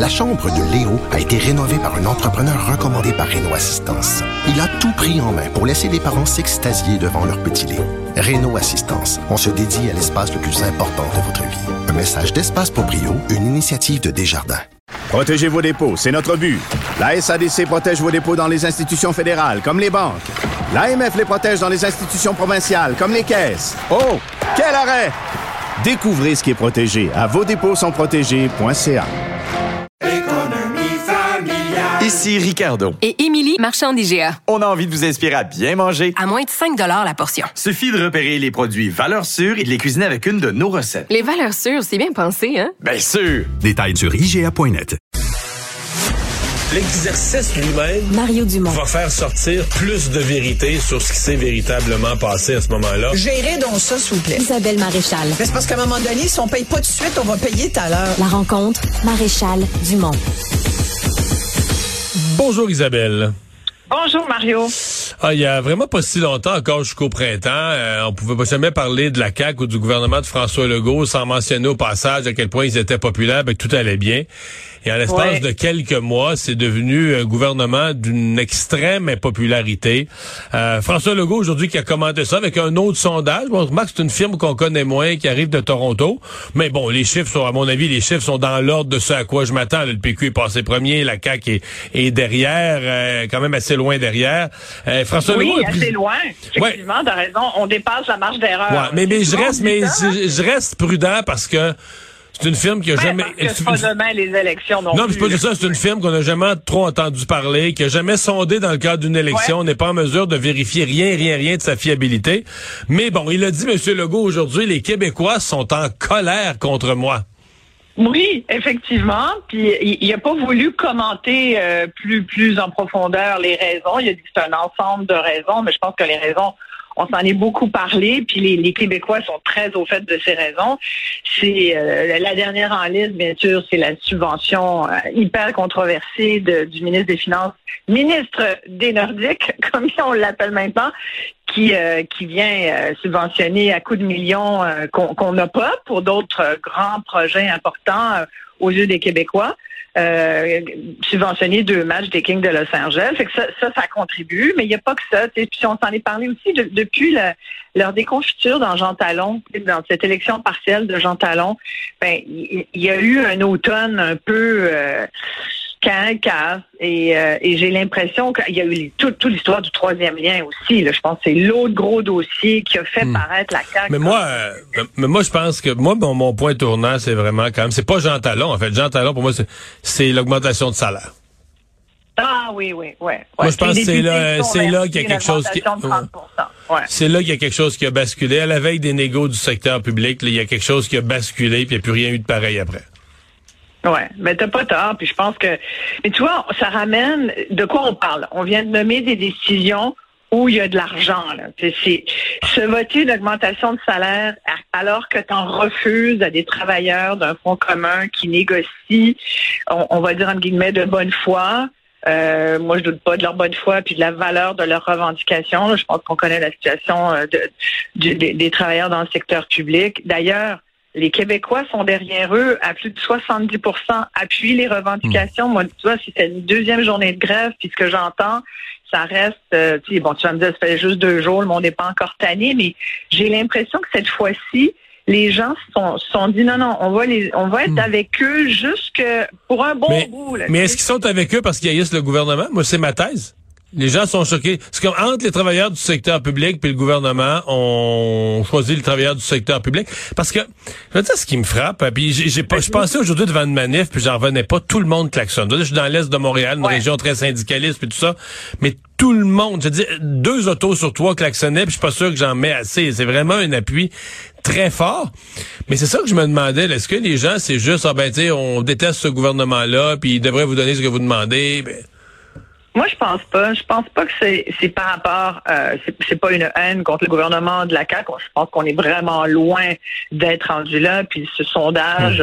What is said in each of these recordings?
La chambre de Léo a été rénovée par un entrepreneur recommandé par Réno Assistance. Il a tout pris en main pour laisser les parents s'extasier devant leur petit Léo. Réno Assistance, on se dédie à l'espace le plus important de votre vie. Un message d'Espace pour Brio, une initiative de Desjardins. Protégez vos dépôts, c'est notre but. La SADC protège vos dépôts dans les institutions fédérales, comme les banques. L'AMF les protège dans les institutions provinciales, comme les caisses. Oh, quel arrêt! Découvrez ce qui est protégé à vosdépôtssontprotégés.ca. Ici Ricardo. Et Émilie, marchand d'IGA. On a envie de vous inspirer à bien manger. À moins de 5 $ la portion. Suffit de repérer les produits valeurs sûres et de les cuisiner avec une de nos recettes. Les valeurs sûres, c'est bien pensé, hein? Bien sûr! Détails sur IGA.net. L'exercice lui-même Mario Dumont va faire sortir plus de vérité sur ce qui s'est véritablement passé à ce moment-là. Gérez donc ça, s'il vous plaît. Isabelle Maréchal. Mais c'est parce qu'à un moment donné, si on paye pas tout de suite, on va payer tout à l'heure. La rencontre, Maréchal Dumont. Bonjour Isabelle. Bonjour Mario. Il y a vraiment pas si longtemps, encore jusqu'au printemps, on pouvait pas jamais parler de la CAQ ou du gouvernement de François Legault sans mentionner au passage à quel point ils étaient populaires, que tout allait bien. Et en l'espace de quelques mois, c'est devenu un gouvernement d'une extrême impopularité. François Legault, aujourd'hui, qui a commenté ça avec un autre sondage. Bon, on remarque que c'est une firme qu'on connaît moins, qui arrive de Toronto. Mais bon, les chiffres sont, à mon avis, les chiffres sont dans l'ordre de ce à quoi je m'attends. Le PQ est passé premier, la CAQ est derrière, quand même assez loin derrière. François Legault... Oui, assez loin. Effectivement, t'as raison. On dépasse la marge d'erreur. Ouais, mais je reste prudent parce que c'est une firme qui a jamais... C'est pas demain les élections non plus. Non, mais c'est pas juste ça. C'est une firme qu'on n'a jamais trop entendu parler, qui a jamais sondé dans le cadre d'une élection. On n'est pas en mesure de vérifier rien de sa fiabilité. Mais bon, il a dit, M. Legault, aujourd'hui, les Québécois sont en colère contre moi. Oui, effectivement. Puis il a pas voulu commenter plus en profondeur les raisons. Il a dit que c'est un ensemble de raisons, mais je pense que les raisons, on s'en est beaucoup parlé, puis les Québécois sont très au fait de ces raisons. C'est la dernière en liste, bien sûr, c'est la subvention hyper controversée du ministre des Finances, ministre des Nordiques, comme on l'appelle maintenant, qui vient subventionner à coups de millions qu'on n'a pas pour d'autres grands projets importants aux yeux des Québécois. Subventionner 2 matchs des Kings de Los Angeles. Fait que ça contribue, mais il n'y a pas que ça. Puis on s'en est parlé aussi depuis leur déconfiture dans Jean Talon, dans cette élection partielle de Jean Talon. Ben, il y a eu un automne un peu casse et j'ai l'impression qu'il y a eu toute l'histoire du troisième lien aussi. Là. Je pense que c'est l'autre gros dossier qui a fait paraître la CAQ. Mais moi, je pense que mon point tournant, c'est vraiment quand même, c'est pas Jean Talon. En fait, Jean Talon, pour moi, c'est l'augmentation de salaire. Ah oui. Ouais. Moi, je pense que c'est là qu'il y a quelque chose qui... C'est là qu'il y a quelque chose qui a basculé. À la veille des négos du secteur public, là, il y a quelque chose qui a basculé, puis il n'y a plus rien eu de pareil après. Ouais, mais t'as pas tort, puis je pense que... Mais tu vois, ça ramène... De quoi on parle? On vient de nommer des décisions où il y a de l'argent, là. C'est se voter d'augmentation de salaire alors que t'en refuses à des travailleurs d'un fonds commun qui négocient, on va dire entre guillemets, de bonne foi. Moi, je doute pas de leur bonne foi puis de la valeur de leurs revendications. Là, je pense qu'on connaît la situation des travailleurs dans le secteur public. D'ailleurs, les Québécois sont derrière eux à plus de 70 %, appuient les revendications. Moi, tu vois, si c'est une deuxième journée de grève, puis ce que j'entends, ça reste, tu vas me dire, ça fait juste 2 jours, le monde n'est pas encore tanné, mais j'ai l'impression que cette fois-ci, les gens sont dit non, on va être avec eux jusque pour un bon bout. Là, mais est-ce qu'ils sont avec eux parce qu'ils haïssent le gouvernement? Moi, c'est ma thèse. Les gens sont choqués. C'est comme entre les travailleurs du secteur public puis le gouvernement, on choisit les travailleurs du secteur public. Parce que, je veux dire, ce qui me frappe, puis je passais aujourd'hui devant une manif, puis j'en revenais pas, tout le monde klaxonne. Je suis dans l'est de Montréal, une région très syndicaliste, puis tout ça, mais tout le monde, je veux dire, 2 autos sur 3 klaxonnaient, puis je suis pas sûr que j'en mets assez. C'est vraiment un appui très fort. Mais c'est ça que je me demandais, là, est-ce que les gens, c'est juste, on déteste ce gouvernement-là, puis il devrait vous donner ce que vous demandez, Moi, je pense pas. Je pense pas que c'est par rapport, c'est pas une haine contre le gouvernement de la CAQ. Je pense qu'on est vraiment loin d'être rendu là. Puis ce sondage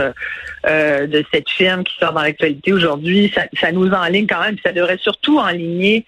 de cette firme qui sort dans l'actualité aujourd'hui, ça nous enligne quand même. Puis ça devrait surtout enligner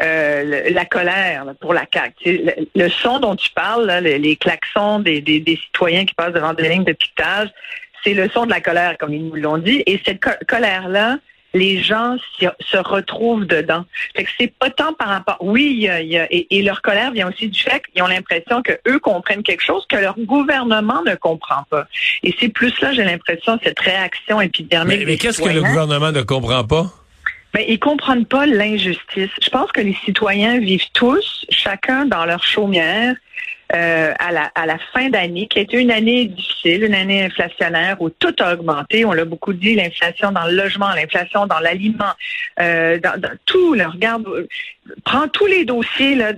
la colère là, pour la CAQ. Le son dont tu parles, là, les klaxons des citoyens qui passent devant des lignes de piquetage, c'est le son de la colère, comme ils nous l'ont dit. Et cette colère-là, les gens se retrouvent dedans. Fait que c'est pas tant par rapport... Oui, et leur colère vient aussi du fait qu'ils ont l'impression que eux comprennent quelque chose que leur gouvernement ne comprend pas. Et c'est plus là, j'ai l'impression, cette réaction épidermique. Mais qu'est-ce que le gouvernement ne comprend pas? Ben, ils comprennent pas l'injustice. Je pense que les citoyens vivent tous, chacun dans leur chaumière, à la fin d'année, qui a été une année difficile, une année inflationnaire où tout a augmenté. On l'a beaucoup dit, l'inflation dans le logement, l'inflation dans l'aliment, dans tout. Là, regarde, prends tous les dossiers là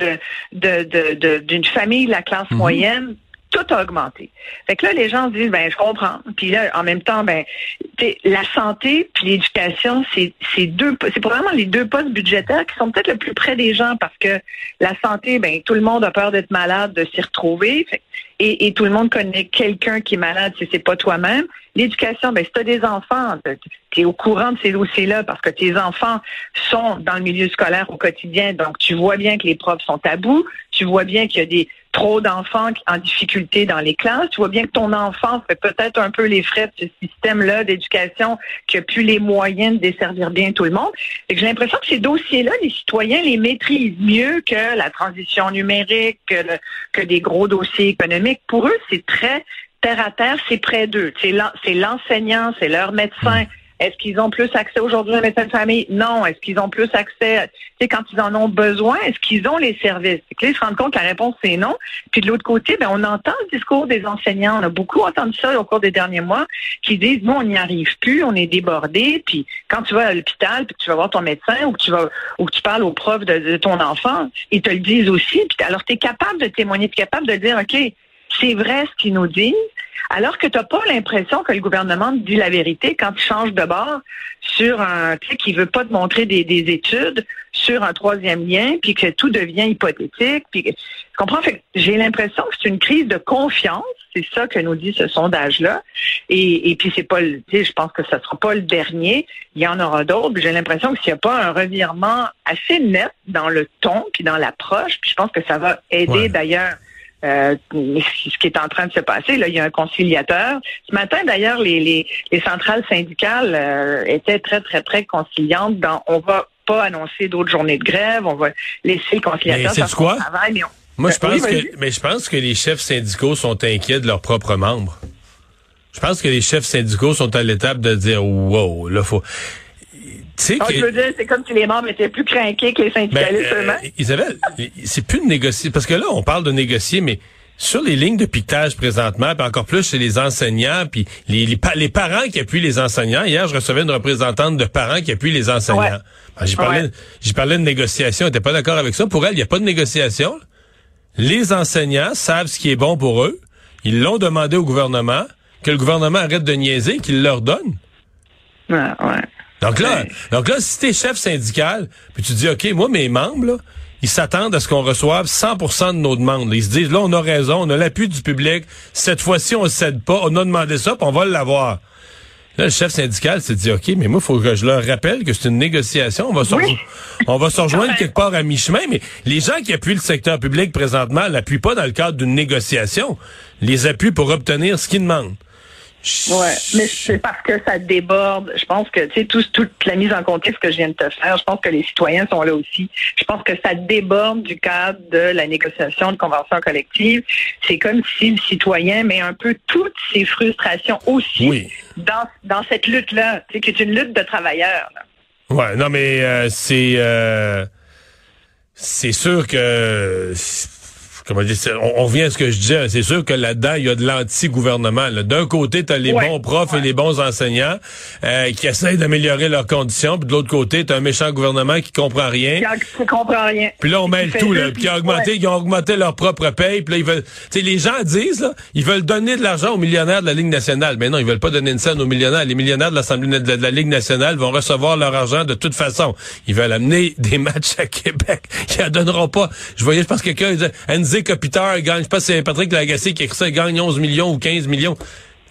d'une famille de la classe moyenne. Tout a augmenté. Fait que là, les gens disent, ben, je comprends. Puis là, en même temps, ben, la santé puis l'éducation, c'est probablement les deux postes budgétaires qui sont peut-être le plus près des gens parce que la santé, ben, tout le monde a peur d'être malade, de s'y retrouver. Et tout le monde connaît quelqu'un qui est malade si c'est pas toi-même. L'éducation, ben, si tu as des enfants, tu es au courant de ces dossiers-là parce que tes enfants sont dans le milieu scolaire au quotidien. Donc, tu vois bien que les profs sont à bout. Tu vois bien qu'il y a trop d'enfants en difficulté dans les classes. Tu vois bien que ton enfant fait peut-être un peu les frais de ce système-là d'éducation qui a plus les moyens de desservir bien tout le monde. Et j'ai l'impression que ces dossiers-là, les citoyens les maîtrisent mieux que la transition numérique, que des gros dossiers économiques. Pour eux, c'est très terre à terre, c'est près d'eux. C'est l'enseignant, c'est leur médecin. Est-ce qu'ils ont plus accès aujourd'hui à un médecin de famille? Non. Est-ce qu'ils ont plus accès, quand ils en ont besoin, est-ce qu'ils ont les services? Et là, ils se rendent compte que la réponse, c'est non. Puis de l'autre côté, ben, on entend le discours des enseignants. On a beaucoup entendu ça au cours des derniers mois, qui disent, nous, on n'y arrive plus, on est débordés. Puis quand tu vas à l'hôpital, puis que tu vas voir ton médecin, ou que tu parles au prof de ton enfant, ils te le disent aussi. Puis alors, tu es capable de témoigner, tu es capable de dire, OK, c'est vrai ce qu'ils nous disent, alors que tu n'as pas l'impression que le gouvernement te dit la vérité quand tu changes de bord sur qui veut pas te montrer des études sur un troisième lien, puis que tout devient hypothétique. Puis, tu comprends? Fait que j'ai l'impression que c'est une crise de confiance. C'est ça que nous dit ce sondage-là. Et puis c'est pas, je pense que ça sera pas le dernier. Il y en aura d'autres. J'ai l'impression que s'il n'y a pas un revirement assez net dans le ton puis dans l'approche, puis je pense que ça va aider d'ailleurs. Ce qui est en train de se passer, là, il y a un conciliateur. Ce matin, d'ailleurs, les centrales syndicales étaient très, très, très conciliantes on va pas annoncer d'autres journées de grève, on va laisser le conciliateur faire son travail. Moi, je pense que les chefs syndicaux sont inquiets de leurs propres membres. Je pense que les chefs syndicaux sont à l'étape de dire, wow, là, faut... Je veux dire, c'est comme si les membres étaient plus craqués que les syndicalistes eux-mêmes. Isabelle, c'est plus de négocier. Parce que là, on parle de négocier, mais sur les lignes de piquetage présentement, puis encore plus chez les enseignants, puis les parents qui appuient les enseignants. Hier, je recevais une représentante de parents qui appuient les enseignants. Ouais. Ben, j'y parlais de négociation. Elle n'était pas d'accord avec ça. Pour elle, il n'y a pas de négociation. Les enseignants savent ce qui est bon pour eux. Ils l'ont demandé au gouvernement. Que le gouvernement arrête de niaiser, qu'il leur donne. Ouais. Donc là, si t'es chef syndical, puis tu dis, OK, moi, mes membres, là, ils s'attendent à ce qu'on reçoive 100% de nos demandes. Là. Ils se disent, là, on a raison, on a l'appui du public. Cette fois-ci, on ne cède pas. On a demandé ça, puis on va l'avoir. Là, le chef syndical s'est dit, OK, mais moi, il faut que je leur rappelle que c'est une négociation. On va se rejoindre quelque part à mi-chemin. Mais les gens qui appuient le secteur public présentement l'appuient pas dans le cadre d'une négociation. Les appuient pour obtenir ce qu'ils demandent. Ouais, mais c'est parce que ça déborde. Je pense que, tu sais, toute la mise en contexte que je viens de te faire, je pense que les citoyens sont là aussi. Je pense que ça déborde du cadre de la négociation de convention collective. C'est comme si le citoyen met un peu toutes ses frustrations aussi dans cette lutte-là, tu sais, qui est une lutte de travailleurs, là. Ouais, non, mais c'est sûr que... Comment dire, on revient à ce que je disais, c'est sûr que là-dedans, il y a de l'anti-gouvernement. D'un côté, t'as les bons profs et les bons enseignants qui essayent d'améliorer leurs conditions, puis de l'autre côté, t'as un méchant gouvernement qui comprend rien. Qui comprend rien. Puis là, on mêle tout, là, puis ils ont augmenté leur propre paye, puis là, ils veulent... Tu sais, les gens disent, là, ils veulent donner de l'argent aux millionnaires de la Ligue nationale. Mais non, ils veulent pas donner une scène aux millionnaires. Les millionnaires de l'Assemblée de la Ligue nationale vont recevoir leur argent de toute façon. Ils veulent amener des matchs à Québec. Ils en donneront pas. Je pense que quelqu'un disait, Kopitar gagne, je sais pas si c'est Patrick Lagacé qui a écrit ça, il gagne 11 millions ou 15 millions.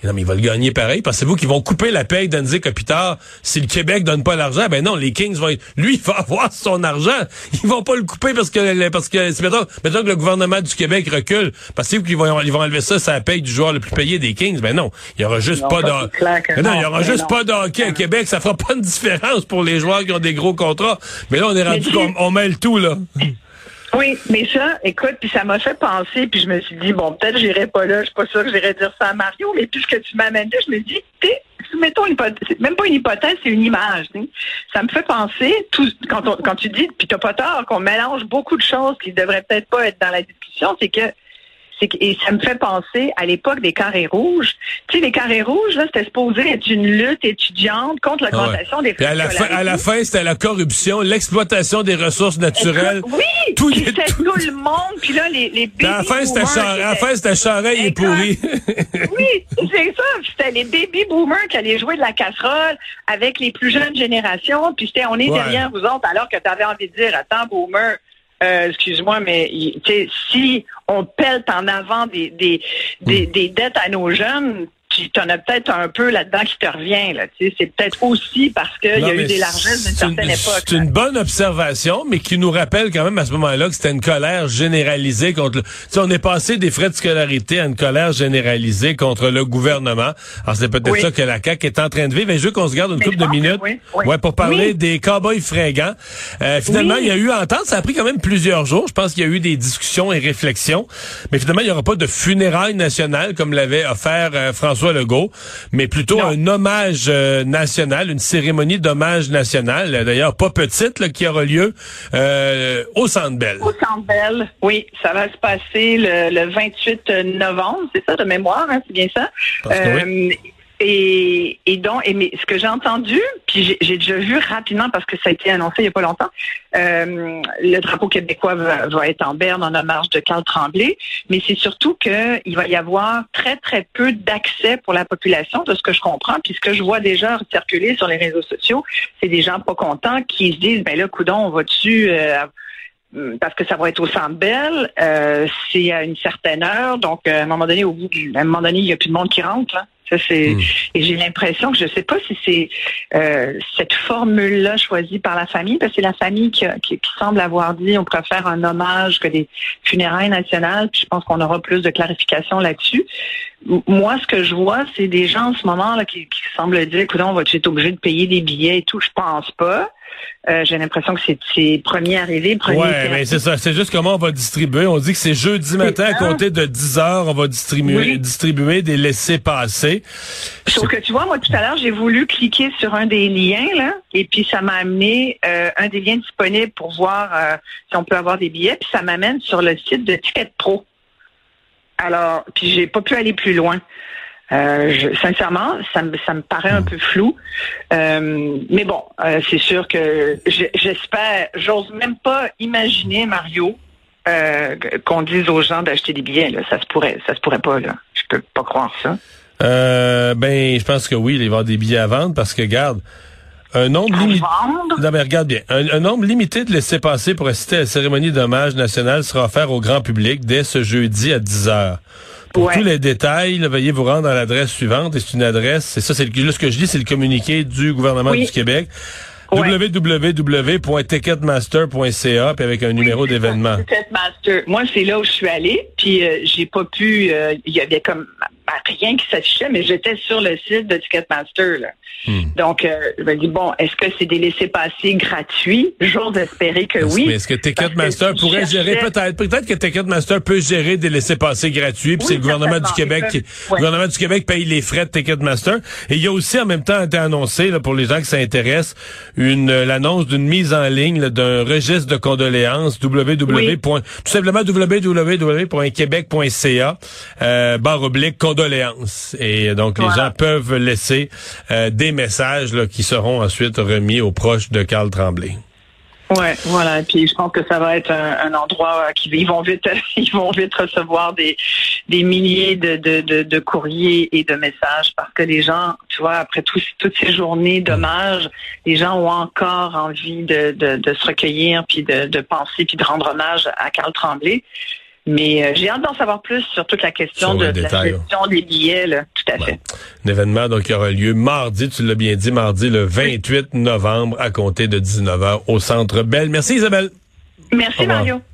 Non, mais il va le gagner pareil. Pensez-vous qu'ils vont couper la paye d'Andy Kopitar si le Québec donne pas l'argent? Ben non, les Kings lui, il va avoir son argent. Ils vont pas le couper parce que mettons que le gouvernement du Québec recule. Pensez-vous qu'ils vont enlever ça la paye du joueur le plus payé des Kings? Ben non. Il y aura juste pas de hockey à Québec. Ça fera pas de différence pour les joueurs qui ont des gros contrats. Mais là, on est rendu qu'on mêle tout, là. Oui, mais ça, écoute, puis ça m'a fait penser, puis je me suis dit, bon, peut-être j'irai pas là, je suis pas sûre que j'irai dire ça à Mario, mais puisque tu m'amènes là, je me dis, mettons c'est même pas une hypothèse, c'est une image. T'sais. Ça me fait penser, quand tu dis, puis t'as pas tort, qu'on mélange beaucoup de choses qui devraient peut-être pas être dans la discussion, et ça me fait penser à l'époque des carrés rouges. Tu sais, les carrés rouges, là, c'était supposé être une lutte étudiante contre l'augmentation des frais de scolarité. À la fin, c'était la corruption, l'exploitation des ressources naturelles. Oui, c'était tout le monde. Puis là, les baby à la fin, c'était Charest et pourri. Oui, c'est ça. C'était les baby boomers qui allaient jouer de la casserole avec les plus jeunes générations. Puis on est derrière vous autres, alors que tu avais envie de dire, attends, boomer, excuse-moi, mais si on pèle en avant des dettes à nos jeunes, tu en as peut-être un peu là-dedans qui te revient. Là, c'est peut-être aussi parce qu'il y a eu des largesses d'une certaine époque. C'est une bonne observation, mais qui nous rappelle quand même à ce moment-là que c'était une colère généralisée contre le... on est passé des frais de scolarité à une colère généralisée contre le gouvernement. Alors c'est peut-être ça que la CAQ est en train de vivre. Et je veux qu'on se garde une couple de minutes pour parler des cow-boys fringants. Finalement, il y a eu entente. Ça a pris quand même plusieurs jours. Je pense qu'il y a eu des discussions et réflexions. Mais finalement, il n'y aura pas de funérailles nationales comme l'avait offert François Legault, mais plutôt un hommage national, une cérémonie d'hommage national, d'ailleurs pas petite, là, qui aura lieu au Centre Bell. Au Centre Bell, oui, ça va se passer le 28 novembre, c'est ça de mémoire, hein, c'est bien ça? Mais ce que j'ai entendu, puis j'ai déjà vu rapidement parce que ça a été annoncé il n'y a pas longtemps, le drapeau québécois va être en berne en hommage de Carl Tremblay, mais c'est surtout qu'il va y avoir très, très peu d'accès pour la population, de ce que je comprends, puis ce que je vois déjà circuler sur les réseaux sociaux, c'est des gens pas contents qui se disent, ben là, coudonc, on va dessus... parce que ça va être au Centre Bell, c'est à une certaine heure, donc à un moment donné, il n'y a plus de monde qui rentre, là. Ça, et j'ai l'impression que je ne sais pas si c'est cette formule-là choisie par la famille, parce que c'est la famille qui semble avoir dit on pourrait faire un hommage que des funérailles nationales, puis je pense qu'on aura plus de clarification là-dessus. Moi, ce que je vois, c'est des gens en ce moment là qui semblent dire, écoute, on va être obligé de payer des billets et tout. Je pense pas. J'ai l'impression que c'est premier arrivé, premier servi. Mais c'est ça. C'est juste comment on va distribuer. On dit que c'est jeudi matin à compter de 10h, on va distribuer des laissez-passer. Sauf que tu vois, moi, tout à l'heure, j'ai voulu cliquer sur un des liens, là, et puis ça m'a amené un des liens disponibles pour voir si on peut avoir des billets, puis ça m'amène sur le site de Ticket Pro. Alors, puis j'ai pas pu aller plus loin. Sincèrement, ça me paraît un peu flou. Mais bon, c'est sûr que j'espère, j'ose même pas imaginer, Mario, qu'on dise aux gens d'acheter des billets. Là. Ça se pourrait pas, là. Je peux pas croire ça. Je pense que oui, il va y avoir des billets à vendre parce que, regarde, un nombre limité. Non, mais regarde bien. Un nombre limité de laissez-passer pour assister à la cérémonie d'hommage nationale sera offert au grand public dès ce jeudi à 10h. Pour tous les détails, là, veuillez vous rendre à l'adresse suivante. Et c'est une adresse, c'est ça, là, ce que je dis, c'est le communiqué du gouvernement du Québec. www.ticketmaster.ca puis avec un numéro d'événement. Ticketmaster. Moi, c'est là où je suis allée, puis j'ai pas pu... Il y avait comme rien qui s'affichait, mais j'étais sur le site de Ticketmaster, là. Donc, je me dis, bon, est-ce que c'est des laissez-passer gratuits? J'ose espérer que oui. Mais est-ce que Ticketmaster pourrait gérer, peut-être que Ticketmaster peut gérer des laissez-passer gratuits, puis c'est le gouvernement du Québec le gouvernement du Québec paye les frais de Ticketmaster. Et il y a aussi, en même temps, été annoncé, là, pour les gens qui s'intéressent, l'annonce d'une mise en ligne là, d'un registre de condoléances, tout simplement www.quebec.ca, /condoléances. Et donc, les gens peuvent laisser des messages là, qui seront ensuite remis aux proches de Carl Tremblay. Ouais, voilà. Et puis je pense que ça va être un endroit ils vont vite recevoir des milliers de courriers et de messages parce que les gens, tu vois, après toutes ces journées d'hommage, les gens ont encore envie de se recueillir puis de penser puis de rendre hommage à Carl Tremblay. Mais j'ai hâte d'en savoir plus sur toute la question de la gestion des billets, là. Tout à fait. Un événement donc qui aura lieu mardi, tu l'as bien dit, mardi le 28 novembre à compter de 19h au Centre Bell. Merci Isabelle. Merci Mario.